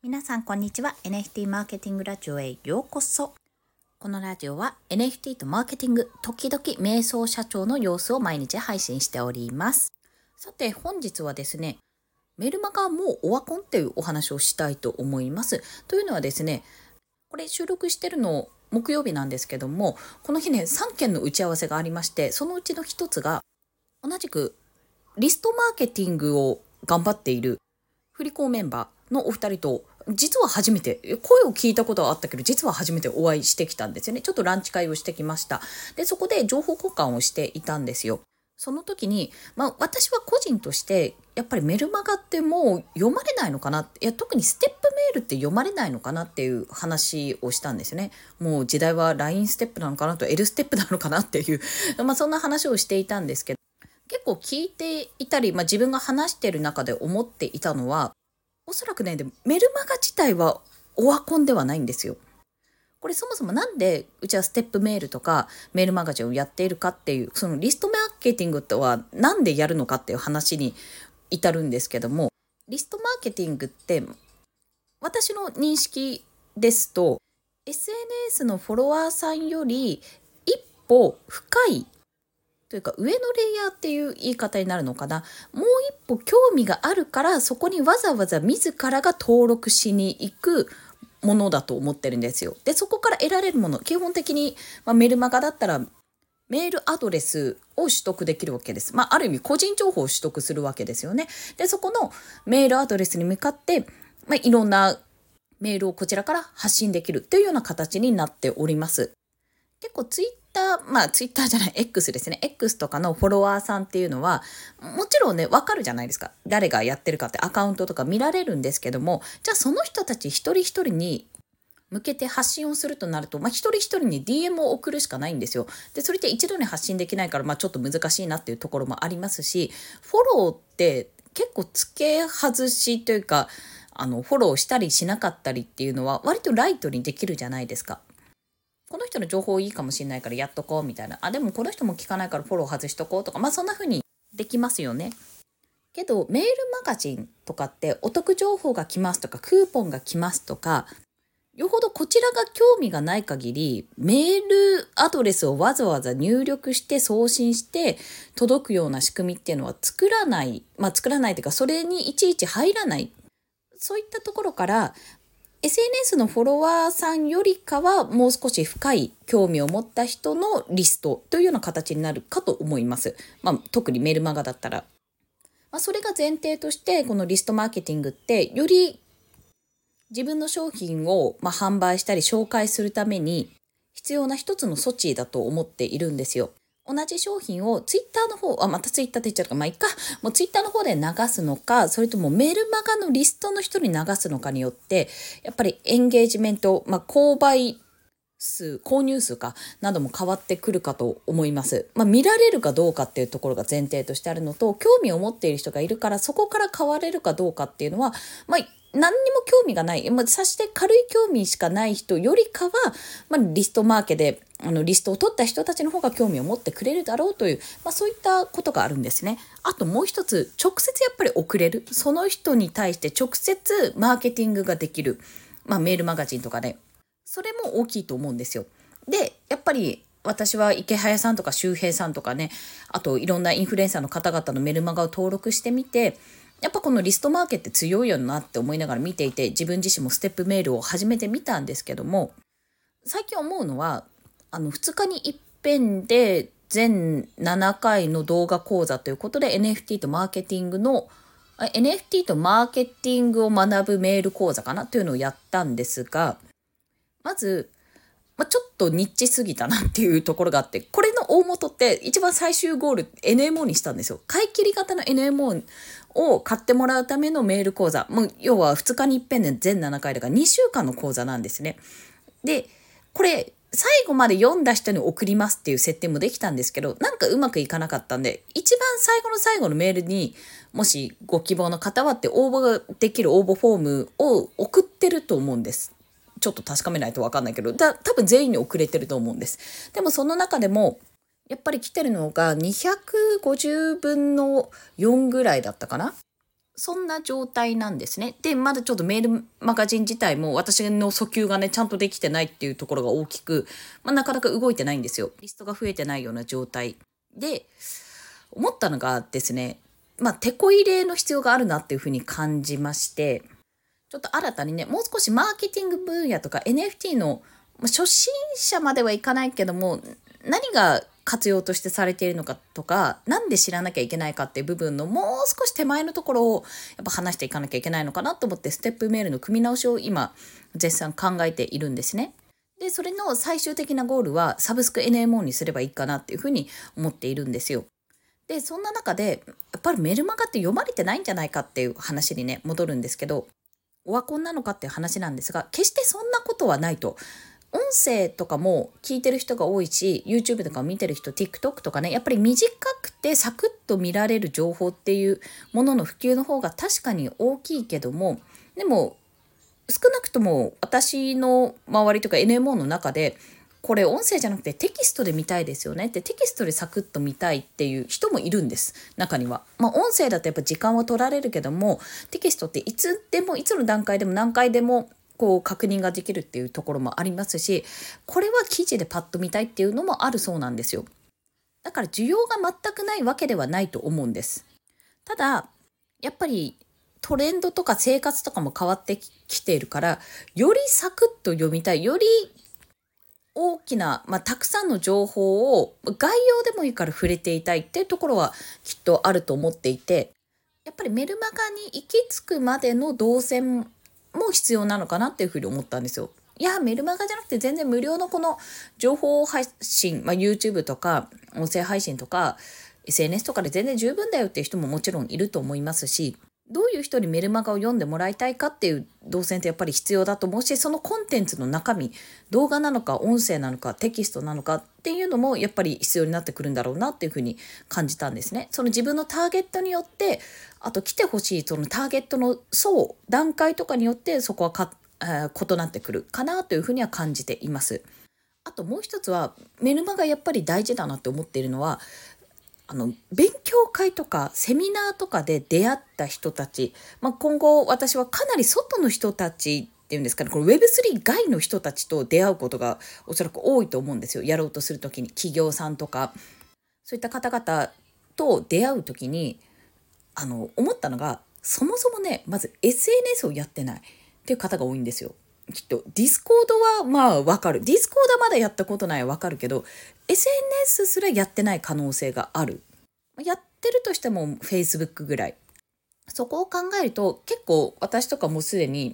皆さんこんにちは。 NFT マーケティングラジオへようこそ。このラジオは NFT とマーケティング、時々瞑想社長の様子を毎日配信しております。さて本日はですね、メルマガもうオワコンっていうお話をしたいと思います。というのはですね、これ収録してるの木曜日なんですけども、この日ね3件の打ち合わせがありまして、そのうちの一つが同じくリストマーケティングを頑張っている振り子メンバーのお二人と、実は初めて声を聞いたことはあったけど、実は初めてお会いしてきたんですよね。ちょっとランチ会をしてきました。でそこで情報交換をしていたんですよ。その時に、私は個人としてやっぱりメルマガってもう読まれないのかな、特にステップメールって読まれないのかなっていう話をしたんですよね。もう時代は LINE ステップなのかなと L ステップなのかなっていうそんな話をしていたんですけど、結構聞いていたり、自分が話している中で思っていたのは、おそらくね、でもメルマガ自体はオワコンではないんですよ。これそもそもなんでうちはステップメールとかメールマガジンをやっているかっていう、そのリストマーケティングとはなんでやるのかっていう話に至るんですけども、リストマーケティングって私の認識ですと、 SNS のフォロワーさんより一歩深いというか上のレイヤーっていう言い方になるのかな。もう一歩興味があるから、そこにわざわざ自らが登録しに行くものだと思ってるんですよ。でそこから得られるもの、基本的に、メルマガだったらメールアドレスを取得できるわけです。ある意味個人情報を取得するわけですよね。でそこのメールアドレスに向かって、いろんなメールをこちらから発信できるというような形になっております。結構ツイッター、ツイッターじゃない、X ですね。X とかのフォロワーさんっていうのは、もちろんね、わかるじゃないですか。誰がやってるかってアカウントとか見られるんですけども、じゃあその人たち一人一人に向けて発信をするとなると、一人一人に DM を送るしかないんですよ。で、それって一度に発信できないから、ちょっと難しいなっていうところもありますし、フォローって結構付け外しというか、フォローしたりしなかったりっていうのは割とライトにできるじゃないですか。この人の情報いいかもしれないからやっとこうみたいな。でもこの人も聞かないからフォロー外しとこうとか、そんな風にできますよね。けどメールマガジンとかってお得情報が来ますとか、クーポンが来ますとか、よほどこちらが興味がない限り、メールアドレスをわざわざ入力して送信して届くような仕組みっていうのは作らない。作らないというか、それにいちいち入らない。そういったところから、SNS のフォロワーさんよりかはもう少し深い興味を持った人のリストというような形になるかと思います。特にメルマガだったら。それが前提として、このリストマーケティングってより自分の商品を販売したり紹介するために必要な一つの措置だと思っているんですよ。同じ商品をツイッターの方、またツイッターって言っちゃうか、いいか、もうツイッターの方で流すのか、それともメールマガのリストの人に流すのかによって、やっぱりエンゲージメント、購買数、購入数かなども変わってくるかと思います。見られるかどうかっていうところが前提としてあるのと、興味を持っている人がいるから、そこから変われるかどうかっていうのは、何にも興味がない、さして軽い興味しかない人よりかは、リストマーケでリストを取った人たちの方が興味を持ってくれるだろうという、そういったことがあるんですね。あともう一つ、直接やっぱり送れる、その人に対して直接マーケティングができる、メールマガジンとかで、それも大きいと思うんですよ。で、やっぱり私は池早さんとか周平さんとかね、あといろんなインフルエンサーの方々のメルマガを登録してみて、やっぱこのリストマーケって強いよなって思いながら見ていて、自分自身もステップメールを始めてみたんですけども、最近思うのは、2日に一遍で全7回の動画講座ということで NFT とマーケティングの NFT とマーケティングを学ぶメール講座かなというのをやったんですが、まず、ちょっとニッチすぎたなっていうところがあって、これの大元って一番最終ゴール NMO にしたんですよ。買い切り型の NMO を買ってもらうためのメール講座。要は2日に一遍で全7回だから2週間の講座なんですね。で、これ最後まで読んだ人に送りますっていう設定もできたんですけど、なんかうまくいかなかったんで、一番最後の最後のメールにもしご希望の方はって応募ができる応募フォームを送ってると思うんです。ちょっと確かめないと分かんないけど、多分全員に遅れてると思うんです。でもその中でもやっぱり来てるのが250分の4ぐらいだったかな。 そんな状態なんですね。で、まだちょっとメールマガジン自体も私の訴求がね、ちゃんとできてないっていうところが大きく、なかなか動いてないんですよ。リストが増えてないような状態。で、思ったのがですね、手こ入れの必要があるなっていうふうに感じまして、ちょっと新たにね、もう少しマーケティング分野とか NFT の初心者まではいかないけども、何が活用としてされているのかとか、なんで知らなきゃいけないかっていう部分のもう少し手前のところをやっぱ話していかなきゃいけないのかなと思って、ステップメールの組み直しを今絶賛考えているんですね。で、それの最終的なゴールはサブスク NMO にすればいいかなっていうふうに思っているんですよ。で、そんな中でやっぱりメルマガって読まれてないんじゃないかっていう話にね、戻るんですけど、オワコンなのかっていう話なんですが、決してそんなことはないと。音声とかも聞いてる人が多いし、YouTube とか見てる人、TikTok とかね、やっぱり短くてサクッと見られる情報っていうものの普及の方が確かに大きいけども、でも少なくとも私の周りとか NMO の中で、これ音声じゃなくてテキストで見たいですよねって、テキストでサクッと見たいっていう人もいるんです、中には。音声だとやっぱ時間は取られるけども、テキストっていつでもいつの段階でも何回でもこう確認ができるっていうところもありますし、これは記事でパッと見たいっていうのもあるそうなんですよ。だから需要が全くないわけではないと思うんです。ただやっぱりトレンドとか生活とかも変わってきているから、よりサクッと読みたい、より大きな、たくさんの情報を概要でもいいから触れていたいっていうところはきっとあると思っていて、やっぱりメルマガに行き着くまでの動線も必要なのかなっていうふうに思ったんですよ。いや、メルマガじゃなくて全然無料のこの情報発信、YouTube とか音声配信とか SNS とかで全然十分だよっていう人ももちろんいると思いますし、どういう人にメルマガを読んでもらいたいかっていう動線ってやっぱり必要だと思うし、そのコンテンツの中身、動画なのか音声なのかテキストなのかっていうのもやっぱり必要になってくるんだろうなっていうふうに感じたんですね。その自分のターゲットによって、あと来てほしいそのターゲットの層、段階とかによってそこは異なってくるかなというふうには感じています。あともう一つはメルマガやっぱり大事だなって思っているのは、勉強会とかセミナーとかで出会った人たち、今後私はかなり外の人たちっていうんですかね、この Web3 外の人たちと出会うことがおそらく多いと思うんですよ。やろうとするときに企業さんとかそういった方々と出会うときに思ったのが、そもそもね、まず SNS をやってないっていう方が多いんですよ。きっとディスコードはわかる、ディスコードはまだやったことないわかるけど、 SNS すらやってない可能性がある。やってるとしても Facebook ぐらい。そこを考えると結構私とかもすでに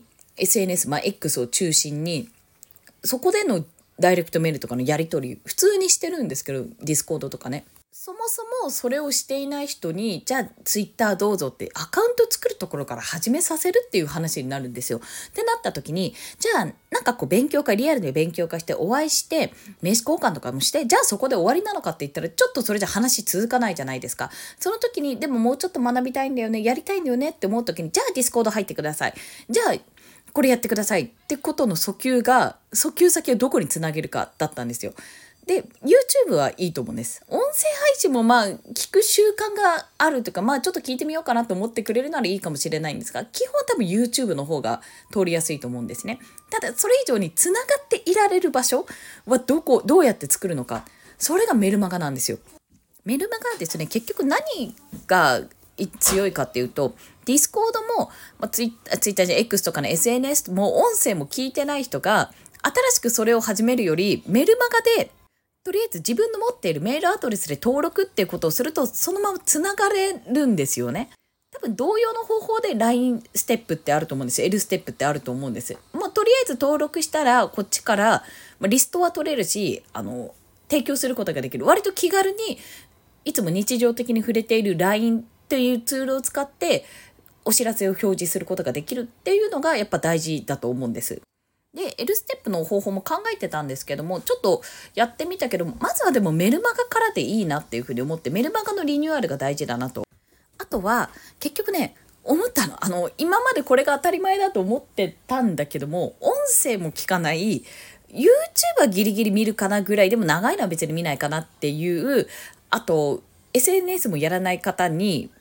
SNS、X を中心にそこでのダイレクトメールとかのやり取り普通にしてるんですけど、ディスコードとかね。そもそもそれをしていない人に、じゃあツイッターどうぞってアカウント作るところから始めさせるっていう話になるんですよ。ってなった時に、じゃあなんかこう勉強会、リアルで勉強会してお会いして名刺交換とかもして、じゃあそこで終わりなのかって言ったらちょっとそれじゃ話続かないじゃないですか。その時にでももうちょっと学びたいんだよね、やりたいんだよねって思う時に、じゃあディスコード入ってください、じゃあこれやってくださいってことの訴求先をどこにつなげるかだったんですよ。で、YouTube はいいと思うんです。音声配信も聞く習慣があるというか、ちょっと聞いてみようかなと思ってくれるならいいかもしれないんですが、基本多分 YouTube の方が通りやすいと思うんですね。ただ、それ以上につながっていられる場所はどうやって作るのか。それがメルマガなんですよ。メルマガはですね、結局何が強いかっていうと、ディスコードも、ツイッターじゃ X とかの SNS も音声も聞いてない人が新しくそれを始めるより、メルマガでとりあえず自分の持っているメールアドレスで登録っていうことをすると、そのままつながれるんですよね。多分同様の方法で LINE ステップってあると思うんですよ。L ステップってあると思うんです。とりあえず登録したらこっちからリストは取れるし、提供することができる。割と気軽にいつも日常的に触れている LINE というツールを使ってお知らせを表示することができるっていうのがやっぱ大事だと思うんです。で、L ステップの方法も考えてたんですけども、ちょっとやってみたけど、まずはでもメルマガからでいいなっていうふうに思って、メルマガのリニューアルが大事だなと。あとは、結局ね、思ったの。今までこれが当たり前だと思ってたんだけども、音声も聞かない、YouTube はギリギリ見るかなぐらいでも長いのは別に見ないかなっていう、あと、SNS もやらない方に、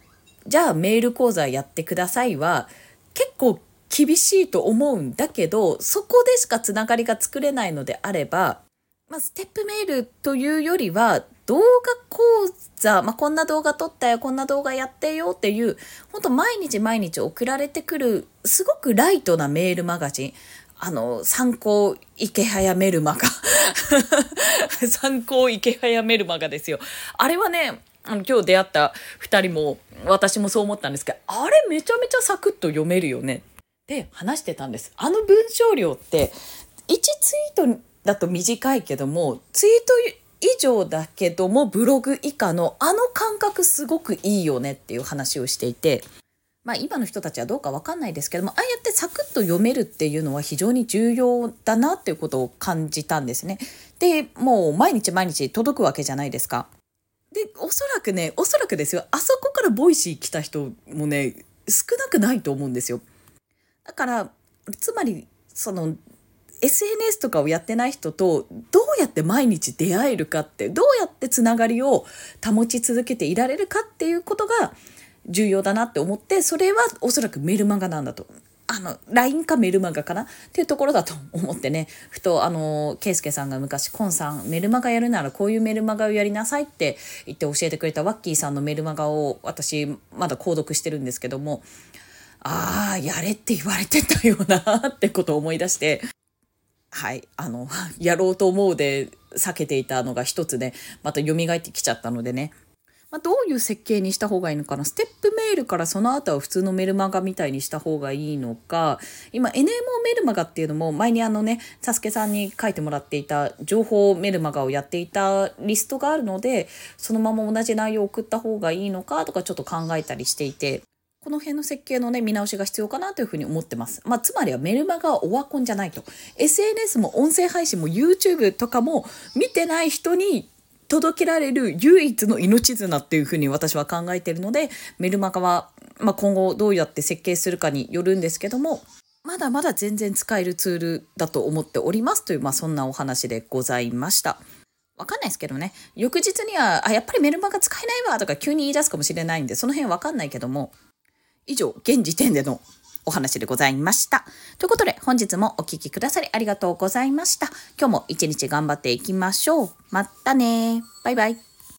じゃあメール講座やってくださいは結構厳しいと思うんだけど、そこでしかつながりが作れないのであれば、ステップメールというよりは動画講座、こんな動画撮ったよ、こんな動画やってよっていう、本当毎日毎日送られてくるすごくライトなメールマガジン、参考池早メルマガ参考池早メルマガですよ。あれはね、今日出会った2人も私もそう思ったんですけど、あれめちゃめちゃサクッと読めるよねって話してたんです。文章量って1ツイートだと短いけども、ツイート以上だけどもブログ以下の感覚すごくいいよねっていう話をしていて、今の人たちはどうか分かんないですけども、ああやってサクッと読めるっていうのは非常に重要だなっていうことを感じたんですね。で、もう毎日毎日届くわけじゃないですか。で、おそらくですよ、あそこからボイシー来た人もね、少なくないと思うんですよ。だから、つまり、SNS とかをやってない人とどうやって毎日出会えるかって、どうやってつながりを保ち続けていられるかっていうことが重要だなって思って、それはおそらくメルマガなんだと。LINE かメルマガかなっていうところだと思ってね、ふと圭介さんが昔、コンさんメルマガやるならこういうメルマガをやりなさいって言って教えてくれたワッキーさんのメルマガを私まだ購読してるんですけども、やれって言われてたよなってことを思い出して、はい、やろうと思うで避けていたのが一つね、また蘇ってきちゃったのでね、どういう設計にした方がいいのかな。ステップメールからその後は普通のメルマガみたいにした方がいいのか、今 NMO メルマガっていうのも前にサスケさんに書いてもらっていた情報メルマガをやっていたリストがあるので、そのまま同じ内容を送った方がいいのかとかちょっと考えたりしていて、この辺の設計のね見直しが必要かなというふうに思ってます。つまりはメルマガはオワコンじゃないと。SNS も音声配信も YouTube とかも見てない人に届けられる唯一の命綱っていうふうに私は考えているので、メルマガは、今後どうやって設計するかによるんですけども、まだまだ全然使えるツールだと思っておりますという、そんなお話でございました。わかんないですけどね、翌日にはやっぱりメルマガ使えないわとか急に言い出すかもしれないんで、その辺わかんないけども、以上現時点でのお話でございました。ということで本日もお聞きくださりありがとうございました。今日も一日頑張っていきましょう。またね。バイバイ。